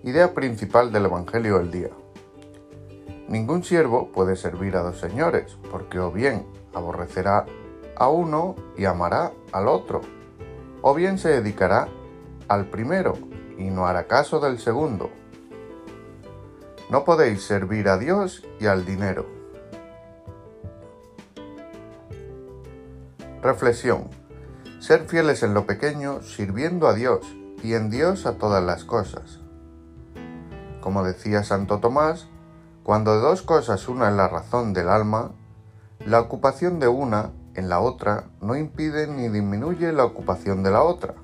Idea principal del Evangelio del día. Ningún siervo puede servir a dos señores, porque o bien aborrecerá a uno y amará al otro, o bien se dedicará al primero y no hará caso del segundo. No podéis servir a Dios y al dinero. Reflexión. Ser fieles en lo pequeño, sirviendo a Dios, y en Dios a todas las cosas. Como decía Santo Tomás, cuando de dos cosas una es la razón del alma, la ocupación de una en la otra no impide ni disminuye la ocupación de la otra.